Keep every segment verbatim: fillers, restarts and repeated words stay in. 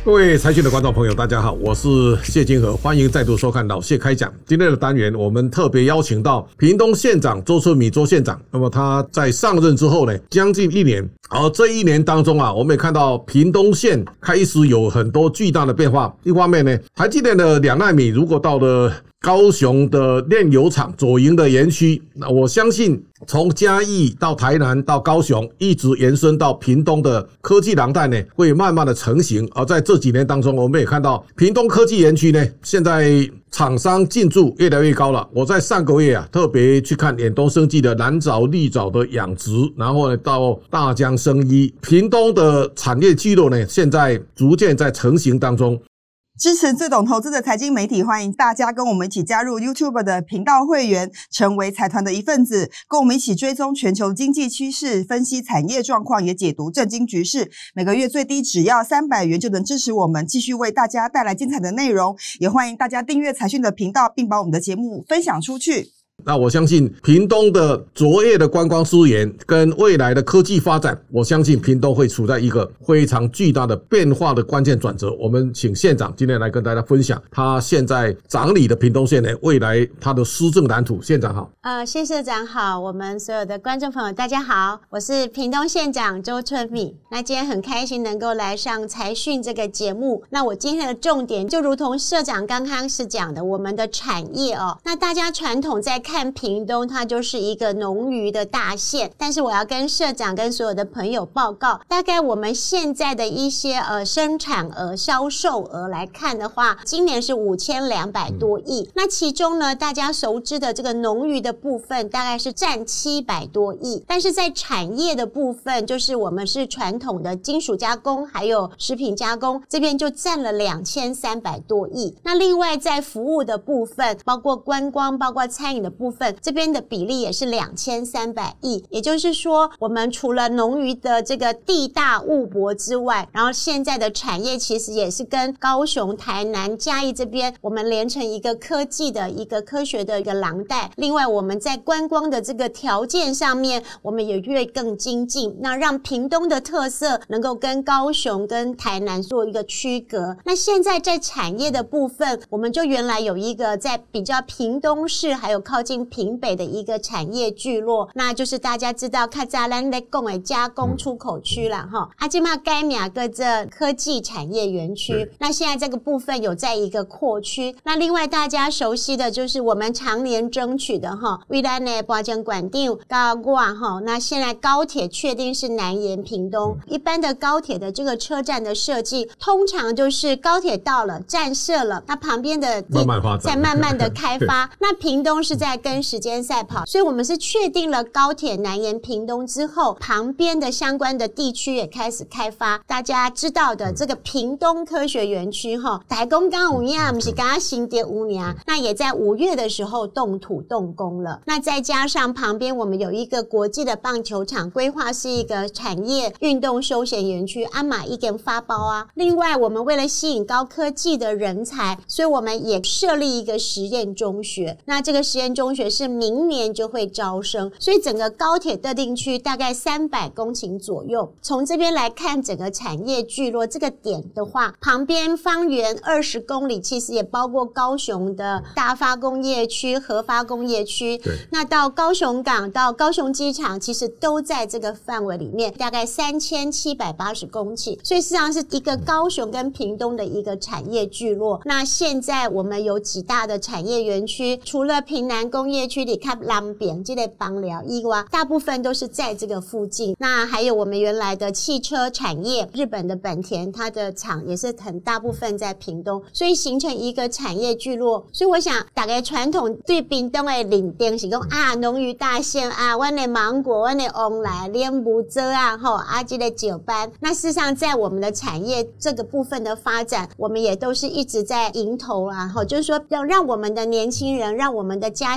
各位财讯的观众朋友大家好，我是谢金河，欢迎再度收看老谢开讲。今天的单元我们特别邀请到屏东县长周春米周县长，那么他在上任之后呢将近一年，而这一年当中啊，我们也看到屏东县开始有很多巨大的变化。一方面呢，台积电的两奈米如果到了高雄的炼油厂左营的园区，那我相信从嘉义到台南到高雄，一直延伸到屏东的科技廊带呢，会慢慢的成型。而在这几年当中，我们也看到屏东科技园区呢，现在厂商进驻越来越高了。我在上个月啊，特别去看远东生技的蓝藻、绿藻的养殖，然后呢到大江生医，屏东的产业聚落呢，现在逐渐在成型当中。 支持最懂投资的财经媒体，欢迎大家跟我们一起加入 YouTube 的频道会员，成为财团的一份子，跟我们一起追踪全球经济趋势，分析产业状况，也解读政经局势。每个月最低只要三百元就能支持我们，继续为大家带来精彩的内容。也欢迎大家订阅财讯的频道，并把我们的节目分享出去。 那我相信屏东的卓越的观光资源跟未来的科技发展，我相信屏东会处在一个非常巨大的变化的关键转折。我们请县长今天来跟大家分享他现在掌理的屏东县呢未来他的施政蓝图。县长好。 呃，谢社长好，我们所有的观众朋友大家好，我是屏东县长周春米。那今天很开心能够来上财讯这个节目。那我今天的重点就如同社长刚刚是讲的，我们的产业哦，那大家传统在看屏东它就是一个农渔的大县，但是我要跟社长跟所有的朋友报告，大概我们现在的一些呃生产额、销售额来看的话，今年是五千两百多亿。那其中呢，大家熟知的这个农渔的部分大概是占七百多亿，但是在产业的部分，就是我们是传统的金属加工还有食品加工，这边就占了两千三百多亿。那另外在服务的部分，包括观光、包括餐饮的部分，这边的比例也是两千三百亿。也就是说，我们除了农渔的这个地大物博之外，然后现在的产业其实也是跟高雄、台南、嘉义这边我们连成一个科技的一个科学的一个廊带。另外我们在观光的这个条件上面，我们也越更精进，那让屏东的特色能够跟高雄跟台南做一个区隔。那现在在产业的部分，我们就原来有一个在比较屏东市还有靠近屏北的一个产业聚落，那就是大家知道较早咱在讲的加工出口区啦齁，啊现在改名叫这科技产业园区。那现在这个部分有在一个扩区。那另外大家熟悉的就是我们常年争取的齁，为咱的保监馆长到我齁，那现在高铁确定是南延屏东。一般的高铁的这个车站的设计，通常就是高铁到了，站设了，那旁边的慢慢发展， 再慢慢的开发。那屏东是在跟时间赛跑，所以我们是确定了高铁南延屏东之后，旁边的相关的地区也开始开发。大家知道的这个屏东科学园区齁，台公刚有影不是刚刚新店五年，那也在五月的时候动土动工了。那再加上旁边我们有一个国际的棒球场，规划是一个产业运动休闲园区，阿玛一根发包啊。另外我们为了吸引高科技的人才，所以我们也设立一个实验中学。那这个实验中学是明年就会招生，所以整个高铁特定区大概三百公顷左右。从这边来看整个产业聚落这个点的话，旁边方圆二十公里其实也包括高雄的大发工业区、核发工业区，那到高雄港到高雄机场其实都在这个范围里面，大概三千七百八十公顷，所以事实上是一个高雄跟屏东的一个产业聚落。那现在我们有几大的产业园区，除了屏南工业区里看南边这类邦寮以外，大部分都是在这个附近。那还有我们原来的汽车产业，日本的本田它的厂也是很大部分在屏东，所以形成一个产业聚落。所以我想大概传统对屏东的认定是说啊，农渔大县啊，我的芒果、我的翁来、莲雾遮啊，吼啊这个酒班。那事实上在我们的产业这个部分的发展，我们也都是一直在迎头啊，吼，就是说要让我们的年轻人，让我们的家乡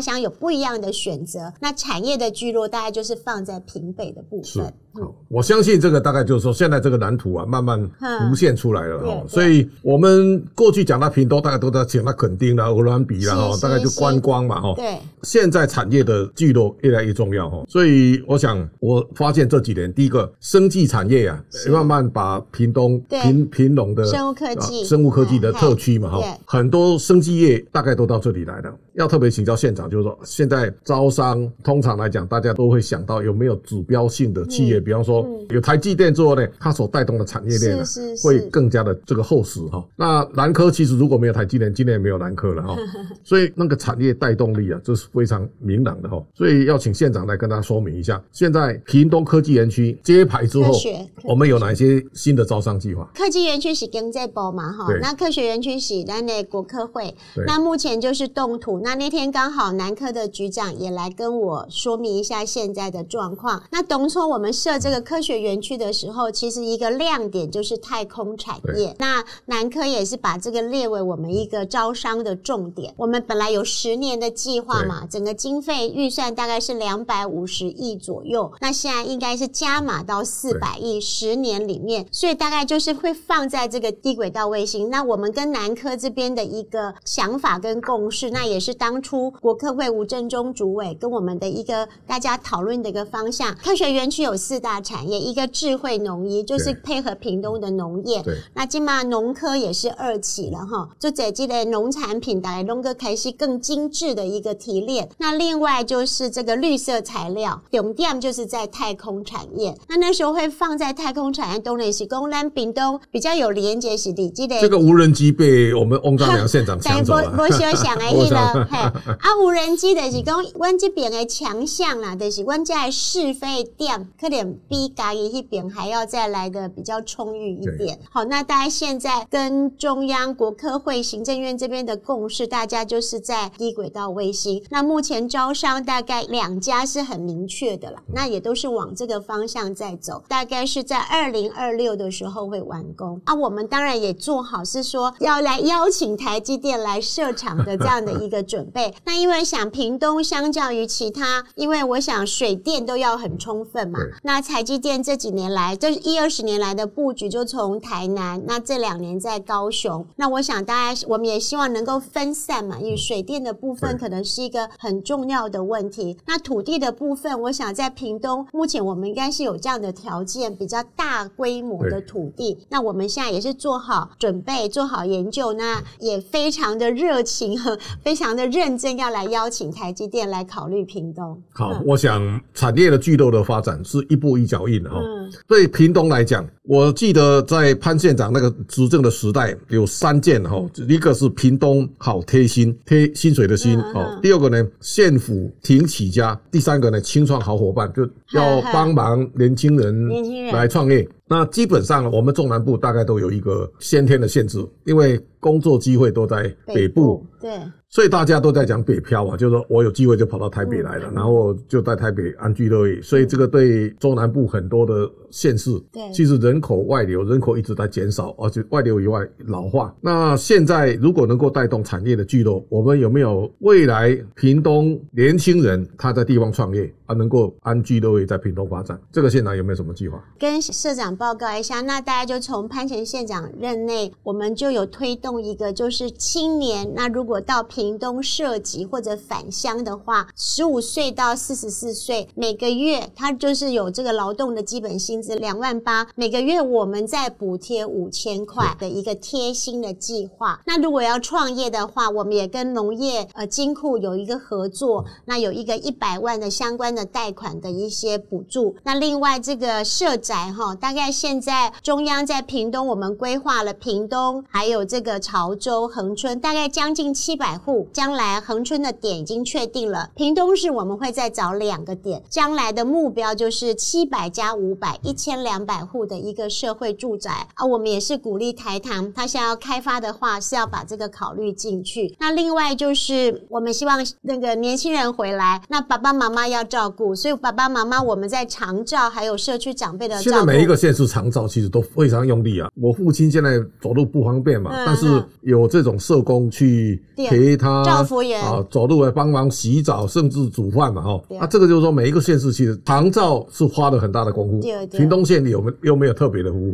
乡有不一样的选择。那产业的聚落大概就是放在屏北的部分。 好，我相信这个大概就是说，现在这个蓝图啊，慢慢浮现出来了哈、 嗯。 所以我们过去讲到屏东，大家都在讲到垦丁啦、鹅銮鼻啦哈，大概就观光嘛哈。 对。 现在产业的聚落越来越重要哈，所以我想，我发现这几年，第一个生技产业啊，慢慢把屏东屏屏农的生物科技、 啊、生物科技的特区嘛哈，很多生技业大概都到这里来了。要特别请教县长，就是说，现在招商通常来讲，大家都会想到有没有指标性的企业，嗯、比方说、嗯、有台积电之后呢，它所带动的产业链呢、啊， 是是是会更加的这个厚实哈。那南科其实如果没有台积电，今年也没有南科了哈，所以那个产业带动力啊，这是非常明朗的哈。所以要请县长来跟大家说明一下，现在屏东科技园区揭牌之后，我们有哪些新的招商计划？ 科技园区是经济部嘛哈，那科学园区是咱的国科会，那目前就是动土。那那天刚好南科的局长也来跟我说明一下现在的状况。那当初我们设这个科学园区的时候，其实一个亮点就是太空产业。那南科也是把这个列为我们一个招商的重点。我们本来有十年的计划嘛，整个经费预算大概是两百五十亿左右。那现在应该是加码到四百亿，十年里面，所以大概就是会放在这个低轨道卫星。那我们跟南科这边的一个想法跟共识，那也是当初国科会吴正中主委跟我们的一个大家讨论的一个方向。科学园区有四大产业，一个智慧农业，就是配合屏东的农业。那今嘛农科也是二期了哈，就在这个农产品大概弄个开始更精致的一个提炼。那另外就是这个绿色材料，重点就是在太空产业。那那时候会放在太空产业，当然是讲咱屏东比较有连结是的这个。 这个无人机被我们翁章良县长抢走了。 我想想的迄个，嘿，啊，无人机就是讲，阮这边的强项啦，就是阮这的试飞点可能比嘉义那边还要再来的比较充裕一点。好，那大家现在跟中央国科会、行政院这边的共识，大家就是在低轨道卫星。那目前招商大概两家是很明确的啦，那也都是往这个方向在走，大概是在二零二六的时候会完工。啊，我们当然也做好是说要来邀请台积电来设厂的这样的一个准备。那因为想屏东相较于其他，因为我想水电都要很充分嘛，那台积电这几年来这一二十年来的布局就从台南，那这两年在高雄，那我想大家我们也希望能够分散嘛，因为水电的部分可能是一个很重要的问题。那土地的部分，我想在屏东目前我们应该是有这样的条件，比较大规模的土地，那我们现在也是做好准备，做好研究，那也非常的热情和非常的认真要来邀请台积电来考虑屏东。 好、嗯、我想产业的聚落的发展是一步一脚印的、嗯、对屏东来讲，我记得在潘县长那个执政的时代有三件，一个是屏东好贴薪，贴薪水的薪、嗯嗯、第二个呢县府挺起家，第三个呢青创好伙伴，就要帮忙年轻人来创业。那基本上我们中南部大概都有一个先天的限制，因为工作机会都在北部，北部对，所以大家都在讲北漂啊，就是说我有机会就跑到台北来了、嗯、然后就在台北安居乐业，所以这个对中南部很多的县市，对，其实人口外流，人口一直在减少，而且外流以外老化。那现在如果能够带动产业的聚落，我们有没有未来屏东年轻人他在地方创业啊，能够安居乐业在屏东发展，这个县长有没有什么计划？ 跟社长报告一下，那大家就从潘前县长任内，我们就有推动一个，就是青年，那如果到屏东设籍或者返乡的话，十五岁到四十四岁，每个月他就是有这个劳动的基本薪资两万八，每个月我们再补贴五千块的一个贴心的计划。那如果要创业的话，我们也跟农业呃金库有一个合作，那有一个一百万的相关的贷款的一些补助。那另外这个社宅哈，大概现在中央在屏东，我们规划了屏东，还有这个潮州、恒春，大概将近七百户。将来恒春的点已经确定了，屏东市我们会再找两个点，将来的目标就是七百加五百，一千两百户的一个社会住宅啊。我们也是鼓励台糖，他想要开发的话是要把这个考虑进去。那另外就是我们希望那个年轻人回来，那爸爸妈妈要照顾，所以爸爸妈妈我们在长照还有社区长辈的照顾， 现在每一个县市长照其实都非常用力啊。我父亲现在走路不方便嘛，嗯、但是有这种社工去陪他， 照服员啊，走路来帮忙洗澡，甚至煮饭嘛，哈。那这个就是说，每一个县市其实长照是花了很大的功夫。 对对。 屏东县里有没有没有特别的服务？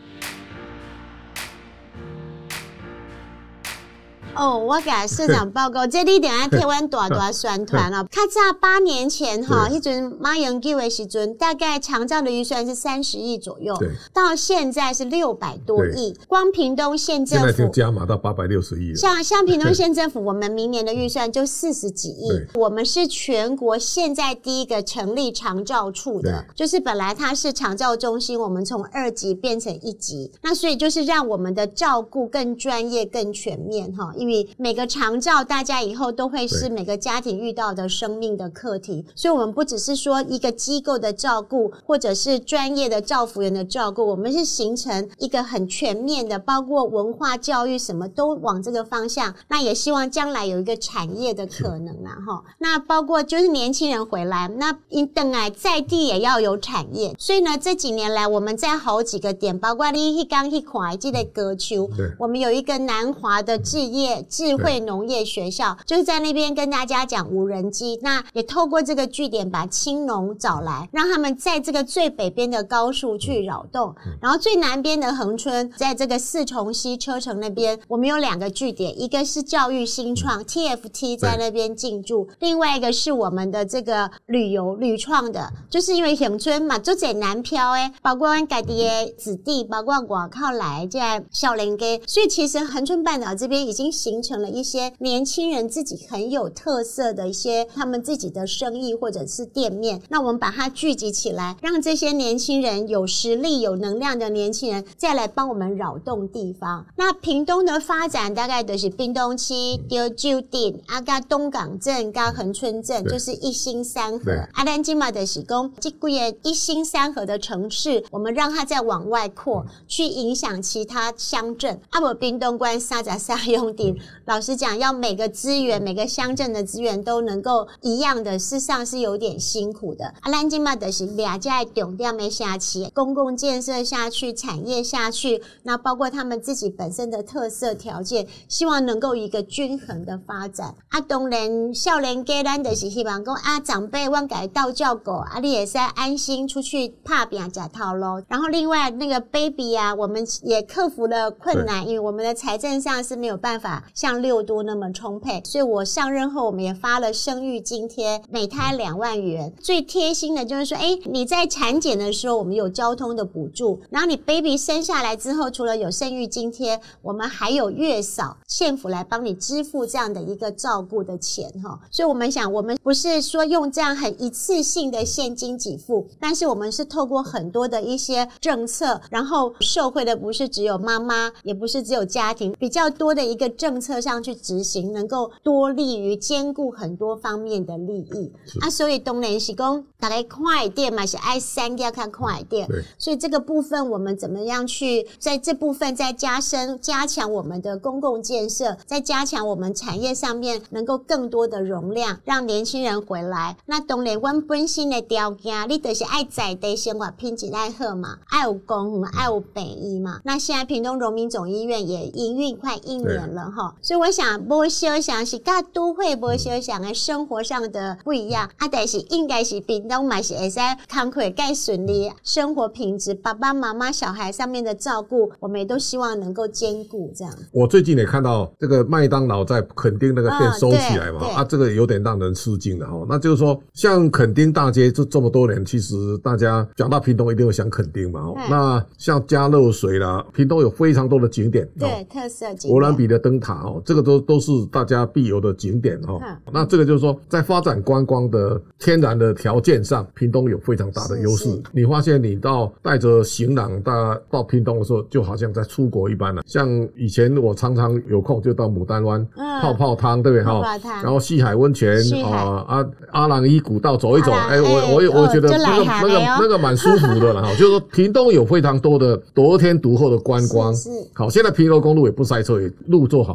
哦，我给社长报告，这你等下台湾大大宣传了。较早八年前哈，迄阵马英九的时阵，大概长照的预算是三十亿左右，到现在是六百多亿。光屏东县政府现在就加码到八百六十亿了。 像像屏东县政府，我们明年的预算就四十几亿。我们是全国现在第一个成立长照处的，就是本来它是长照中心，我们从二级变成一级，那所以就是让我们的照顾更专业、更全面哈。因为每个长照大家以后都会是每个家庭遇到的生命的课题，所以我们不只是说一个机构的照顾或者是专业的照服员的照顾，我们是形成一个很全面的，包括文化教育什么都往这个方向，那也希望将来有一个产业的可能啦齁。那包括就是年轻人回来，那因等来在地也要有产业，所以呢这几年来我们在好几个点，包括你去刚去看这个歌丘，我们有一个南华的置业智慧农业学校，就是在那边跟大家讲无人机，那也透过这个据点把青农找来，让他们在这个最北边的高树去扰动，然后最南边的恒春，在这个四重溪车城那边，我们有两个据点，一个是教育新创 T F T 在那边进驻，另外一个是我们的这个旅游旅创的，就是因为恒春嘛做在南漂诶，包括我家己的子弟，包括外靠来在少年家，所以其实恒春半岛这边已经形成了一些年轻人自己很有特色的一些他们自己的生意或者是店面，那我们把它聚集起来，让这些年轻人有实力有能量的年轻人再来帮我们扰动地方。那屏东的发展大概就是屏东区、丢九顶、啊加东港镇、加恒春镇，就是一心三河。啊，咱今嘛就是讲这几个一心三河的城市，我们让它再往外扩，去影响其他乡镇。啊，不屏东关三十三用地，老实讲，要每个资源、每个乡镇的资源都能够一样的，事实上是有点辛苦的。啊，咱今嘛就是两家重点的下去，公共建设下去，产业下去，那包括他们自己本身的特色条件，希望能够一个均衡的发展。啊，当然少年家咱就是希望讲啊，长辈阮家道照顾，啊，你也是安心出去打拼吃头路。然后另外那个 baby 啊，我们也克服了困难，因为我们的财政上是没有办法像六都那么充沛，所以我上任后我们也发了生育津贴，每胎两万元。最贴心的就是说，哎，你在产检的时候我们有交通的补助，然后你 baby 生下来之后，除了有生育津贴，我们还有月嫂县府来帮你支付这样的一个照顾的钱哈。所以我们想，我们不是说用这样很一次性的现金给付，但是我们是透过很多的一些政策，然后受惠的不是只有妈妈，也不是只有家庭，比较多的一个政策上去执行，能够多利于兼顾很多方面的利益啊。所以当然是讲大家快一点嘛，是爱三要看快一点。所以这个部分我们怎么样去在这部分再加深加强我们的公共建设，再加强我们产业上面能够更多的容量，让年轻人回来。那当然我们本身的条件，你就是爱在地生活品质爱好嘛，爱有公园，爱有北医嘛。那现在屏东荣民总医院也营运快一年了哈，所以我想不小想是跟都会不小想的生活上的不一样啊，但是应该是屏东嘛是会使康快更顺利，生活品质、爸爸妈妈、小孩上面的照顾，我们也都希望能够兼顾这样。 我最近也看到这个麦当劳在垦丁那个店收起来嘛，哦、啊，这个有点让人吃惊的哈。那就是说，像垦丁大街这这么多年，其实大家讲到屏东一定会想垦丁嘛。那像佳乐水啦，屏东有非常多的景点， 对、哦、特色景点， 伯兰比的灯塔哦，这个都都是大家必游的景点哦。那这个就是说，在发展观光的天然的条件上，屏东有非常大的优势。你发现你到带着行囊到到屏东的时候，就好像在出国一般了。像以前我常常有空就到牡丹湾、嗯、泡泡汤，对不对哈？然后西海温泉啊啊阿朗伊古道走一走，哎、欸，我我我觉得那个、哦、那个那个蛮舒服的了哈。就是说屏东有非常多的得天独厚的观光。好，现在平柔公路也不塞车，也路做好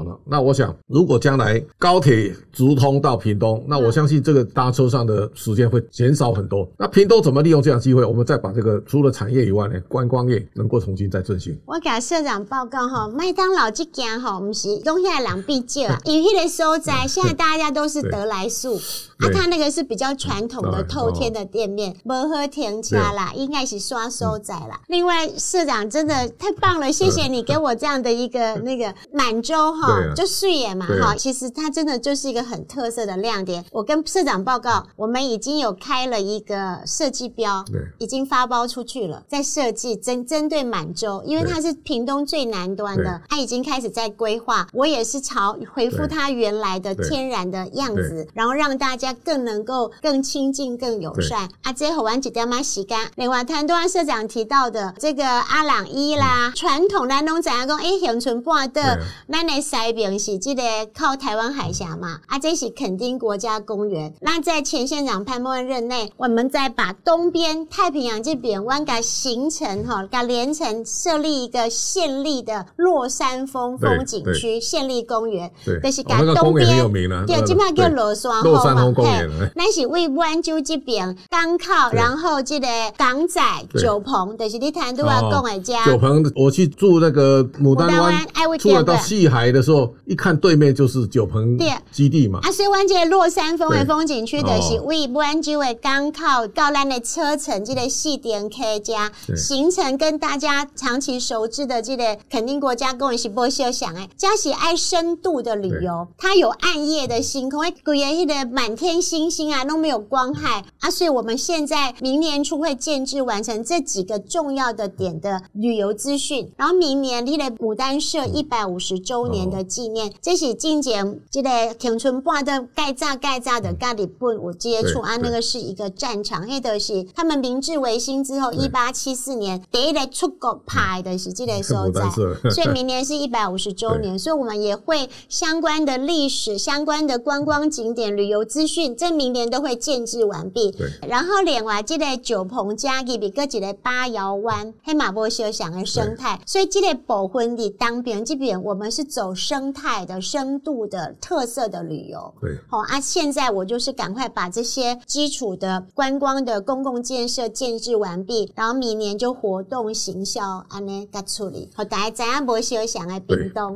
好了。那我想，如果将来高铁直通到屏东，那我相信这个搭车上的时间会减少很多。那屏东怎么利用这样的机会？我们再把这个除了产业以外呢，观光业能够重新再振兴。 我给社长报告哈，麦当劳这间哈，不是东西的人比较啊，因为那个所在现在大家都是得来速。啊，它那个是比较传统的透天的店面，没好停车啦，应该是刷收窄啦。另外，社长真的太棒了，谢谢你给我这样的一个那个满洲哈，就视野嘛哈。其实它真的就是一个很特色的亮点。我跟社长报告，我们已经有开了一个设计标，已经发包出去了，在设计针针对满洲，因为它是屏东最南端的，它已经开始在规划。我也是朝回复它原来的天然的样子，然后让大家更能够更亲近更友善啊，这好玩几点嘛时间。另外谭多安社长提到的这个阿朗伊啦，传统咱拢知影讲诶恒春半岛咱的西边是这个靠台湾海峡嘛，啊这是垦丁国家公园。那在前县长潘孟安任内，我们再把东边太平洋这边湾给形成哈，给连成设立一个县立的落山风风景区县立公园，就是给东边对，基本上叫落山风嘛。咱是为湾州这边港口，然后这个港仔九棚，就是你谈都要讲的家。 九棚，我去住那个牡丹湾，出来到西海的时候，一看对面就是九棚基地嘛。 啊，所以湾这个落山风的风景区，就是为湾州的港口到咱的车程这个四点 K 加，形成跟大家长期熟知的这个垦丁国家公园是不相像的。这是爱深度的旅游，它有暗夜的星空，规个迄个满天星星啊都没有光害啊，所以我们现在明年初会建制完成这几个重要的点的旅游资讯，然后明年你的牡丹社一百五十周年的纪念，哦、这是今年这个恒春半岛盖炸盖炸的跟日本有接触啊，那个是一个战场，那个是他们明治维新之后一八七四年第一个出国拍的是这个所在，所以明年是一百五十周年，所以我们也会相关的历史、相关的观光景点、旅游资讯，这明年都会建制完毕。然后另外这个九棚加入个一个八窑湾，黑马波小想的生态，所以这个部分的当边这边我们是走生态的、深度的、特色的旅游。 对， 好、哦、啊，现在我就是赶快把这些基础的观光的公共建设建制完毕，然后明年就活动行销安尼甲处理，好大家知影无小想的屏东。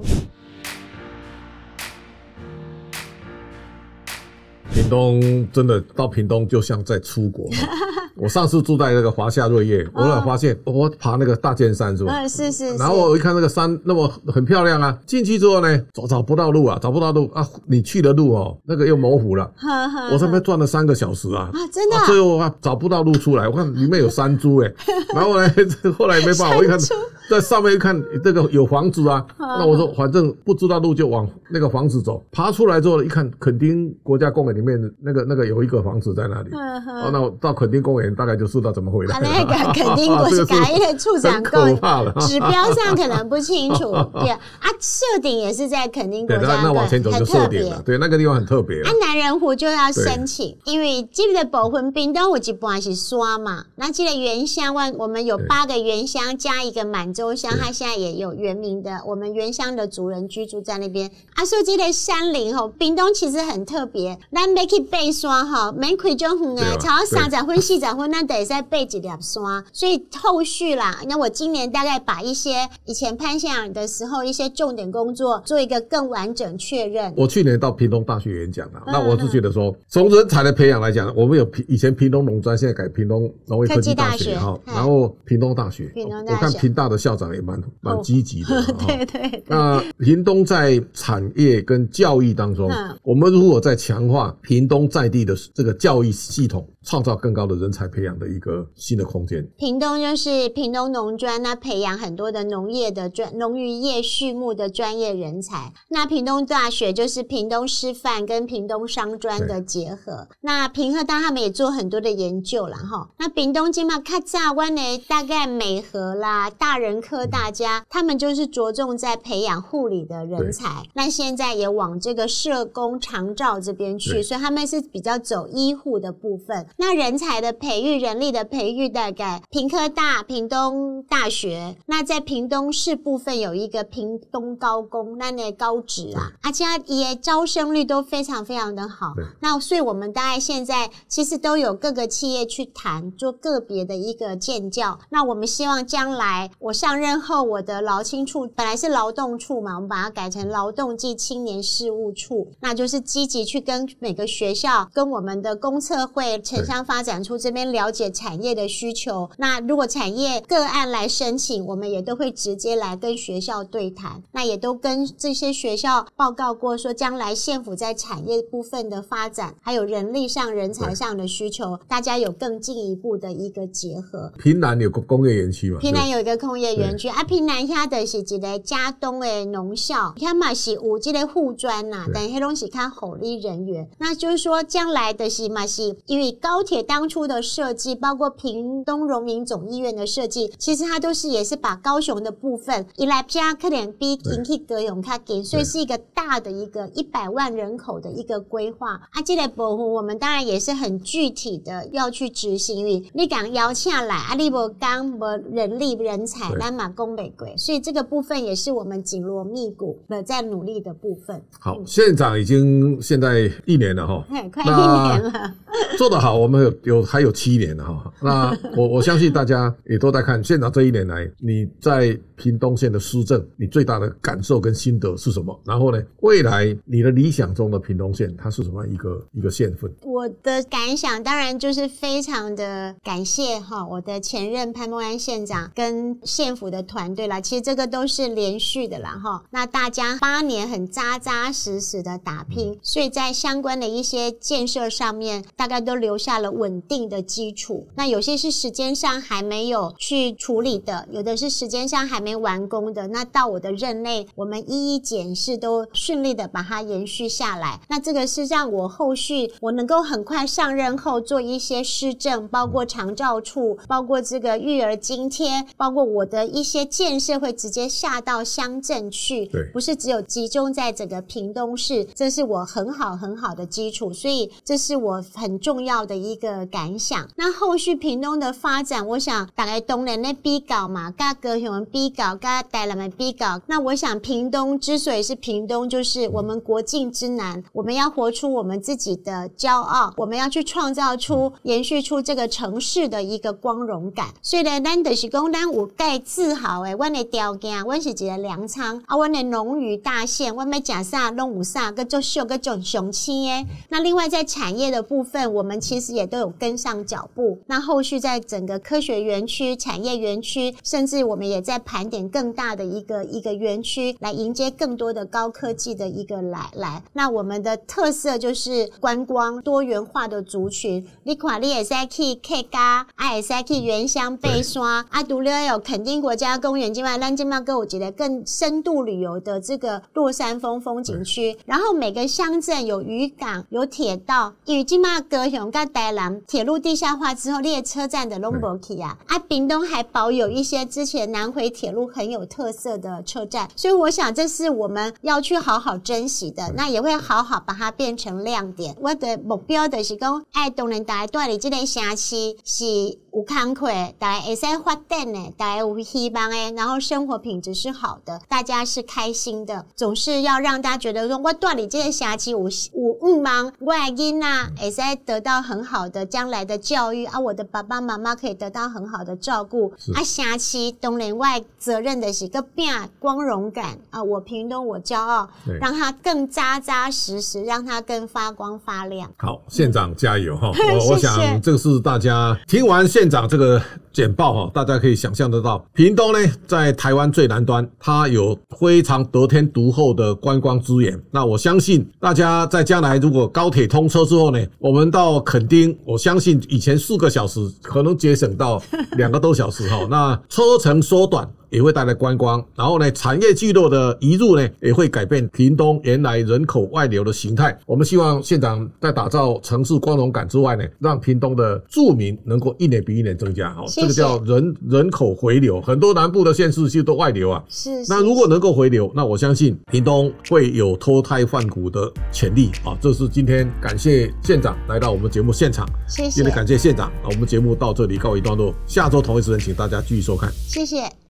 屏东真的到屏东就像在出国。我上次住在那个华夏瑞业，我才发现我爬那个大剑山是吧？ 嗯，是是是。 然后我一看那个山那么很漂亮啊，进去之后呢，找找不到路啊，找不到路啊，你去的路哦，那个又模糊了。我这边转了三个小时啊， 啊，真的、啊。 最后啊找不到路出来，我看里面有山猪哎、欸，然后呢，后来没办法，我一看在上面一看这个有房子啊，那我说反正不知道路就往那个房子走。爬出来之后一看，垦丁国家公园里面那个那个有一个房子在那里。哦，那我到垦丁公园大概就知道怎么回来了。 那个垦丁国家一个处长可怕了， 指标上可能不清楚。对啊，设顶也是在垦丁国家公园， 那往前走就设顶了。对，那个地方很特别。 啊，南人湖就要申请，因为这个部分屏东有一半是山嘛，那这个原乡我们有八个原乡加一个满洲乡，它现在也有原民的，我们原乡的族人居住在那边。啊，所以这个山林吼，屏东其实很特别，咱要去爬山吼，免开种远诶，超过三十分、四十分，咱得再爬一粒山。所以后续啦，那我今年大概把一些以前潘县长的时候一些重点工作做一个更完整确认。 我去年到屏东大学演讲了，嗯、那我是觉得说，从人才的培养来讲，我们有以前屏东农专，现在改屏东农业科技大学哈，然后屏东大学，屏东大学我看屏大的校长也蛮蛮积极的。 哦、对, 对对。 那屏东在产业跟教育当中，嗯、我们如果在强化屏东在地的这个教育系统，创造更高的人才培养的一个新的空间。 屏东就是屏东农专，那培养很多的农业的专、农渔业、畜牧的专业人才。那屏东大学就是屏东师范跟屏东商专的结合。那屏科大他们也做很多的研究啦齁。那屏东今嘛较早阮的大概美和啦、大人人科大家，他们就是着重在培养护理的人才，那现在也往这个社工长照这边去，所以他们是比较走医护的部分。那人才的培育、人力的培育，大概屏科大、屏东大学，那在屏东市部分有一个屏东高工，那那高职啊，而且也招生率都非常非常的好。那所以我们大概现在其实都有各个企业去谈做个别的一个建教。那我们希望将来我上任后，我的劳青处本来是劳动处嘛，我们把它改成劳动暨青年事务处，那就是积极去跟每个学校、跟我们的公测会、城乡发展处这边了解产业的需求。那如果产业个案来申请，我们也都会直接来跟学校对谈，那也都跟这些学校报告过说，将来县府在产业部分的发展，还有人力上、人才上的需求，大家有更进一步的一个结合。 屏南有个工业园区嘛？ 屏南有一个工业园区啊，屏南遐就是一个嘉东的农校，遐嘛是有这个护专呐，但迄拢是看护理人员。那就是说，将来的是嘛是因为高铁当初的设计，包括屏东荣民总医院的设计，其实它都是也是把高雄的部分一来加可能比近去高雄较近，所以是一个大的一个一百万人口的一个规划啊。这个部分我们当然也是很具体的要去执行，因为你讲邀请来啊，你无讲无人力人才，咱嘛讲不过，所以这个部分也是我们紧锣密鼓的在努力的部分。 好，县长已经现在一年了哈， 快一年了， 做得好，我们有有还有七年了哈。那我我相信大家也都在看县长这一年来你在屏东县的施政，你最大的感受跟心得是什么？然后呢，未来你的理想中的屏东县它是什么一个一个县份？ 我的感想当然就是非常的感谢哈，我的前任潘孟安县长跟县府的团队啦，其实这个都是连续的啦哈。那大家八年很扎扎实实的打拼，所以在相关的一些建设上面，大概都留下了稳定的基础。那有些是时间上还没有去处理的，有的是时间上还没完工的，那到我的任内，我们一一检视，都顺利的把它延续下来。那这个是让我后续我能够很快上任后做一些施政，包括长照处，包括这个育儿津贴，包括我的一些建设会直接下到乡镇去，不是只有集中在整个屏东市，这是我很好很好的基础，所以这是我很重要的一个感想。那后续屏东的发展，我想大概东人的比较嘛，跟高雄的比较，跟台南的比较，那我想屏东之所以是屏东，就是我们国境之南，我们要活出我们自己的骄傲，我们要去创造出延续出这个城市的一个光荣感。所以呢，咱就是讲咱有该自豪的，阮的条件，阮是一个粮仓啊，阮的农渔大县，阮要吃啥拢有啥，个做秀个做雄青诶。那另外在产业的部分，我们其实也都有跟上脚步。那后续在整个科学园区、产业园区，甚至我们也在盘点更大的一个一个园区，来迎接更多的高科技的一个来来。那我们的特色就是观光多元化的族群，你看你也可以去客家，啊也可以去原乡爬山，啊除了有垦丁国家公园之外，咱现在还有一个更深度旅游的这个落山风风景区，然后每个乡镇有渔港、有铁道，因为现在高雄跟台南铁路地下化之后，列车站的都没去啊，啊屏东还保有一些之前南回铁路很有特色的车站，所以我想这是我们要去好好珍惜的，那也会好好把它变成亮点。我的目标就是讲，哎，当然大家住在这个城市是有工课，大家会使发展的，大家有希望的，然后生活品质是好的，大家是开心的，总是要让大家觉得说，我住在这个城市有有愿望，我的囡仔会使得到很好的将来的教育啊，我的爸爸妈妈可以得到很好的照顾啊，城市当然我的责任的是个变光荣感啊，我屏东我骄傲，让它更扎扎实实，让它更发光发亮。 好，县长加油哈！我我想这个是大家听完县长这个简报哈，大家可以想象得到，屏东呢在台湾最南端，它有非常得天独厚的观光资源。那我相信大家在将来如果高铁通车之后呢，我们到垦丁，我相信以前四个小时可能节省到两个多小时哈，那车程缩短。 也会带来观光，然后呢，产业聚落的移入呢，也会改变屏东原来人口外流的形态。我们希望县长在打造城市光荣感之外呢，让屏东的住民能够一年比一年增加。 谢谢， 这个叫人人口回流，很多南部的县市其实都外流啊。 是， 那如果能够回流，那我相信屏东会有脱胎换骨的潜力啊！这是今天感谢县长来到我们节目现场， 谢谢， 今天感谢县长，我们节目到这里告一段落，下周同一时间请大家继续收看， 谢谢。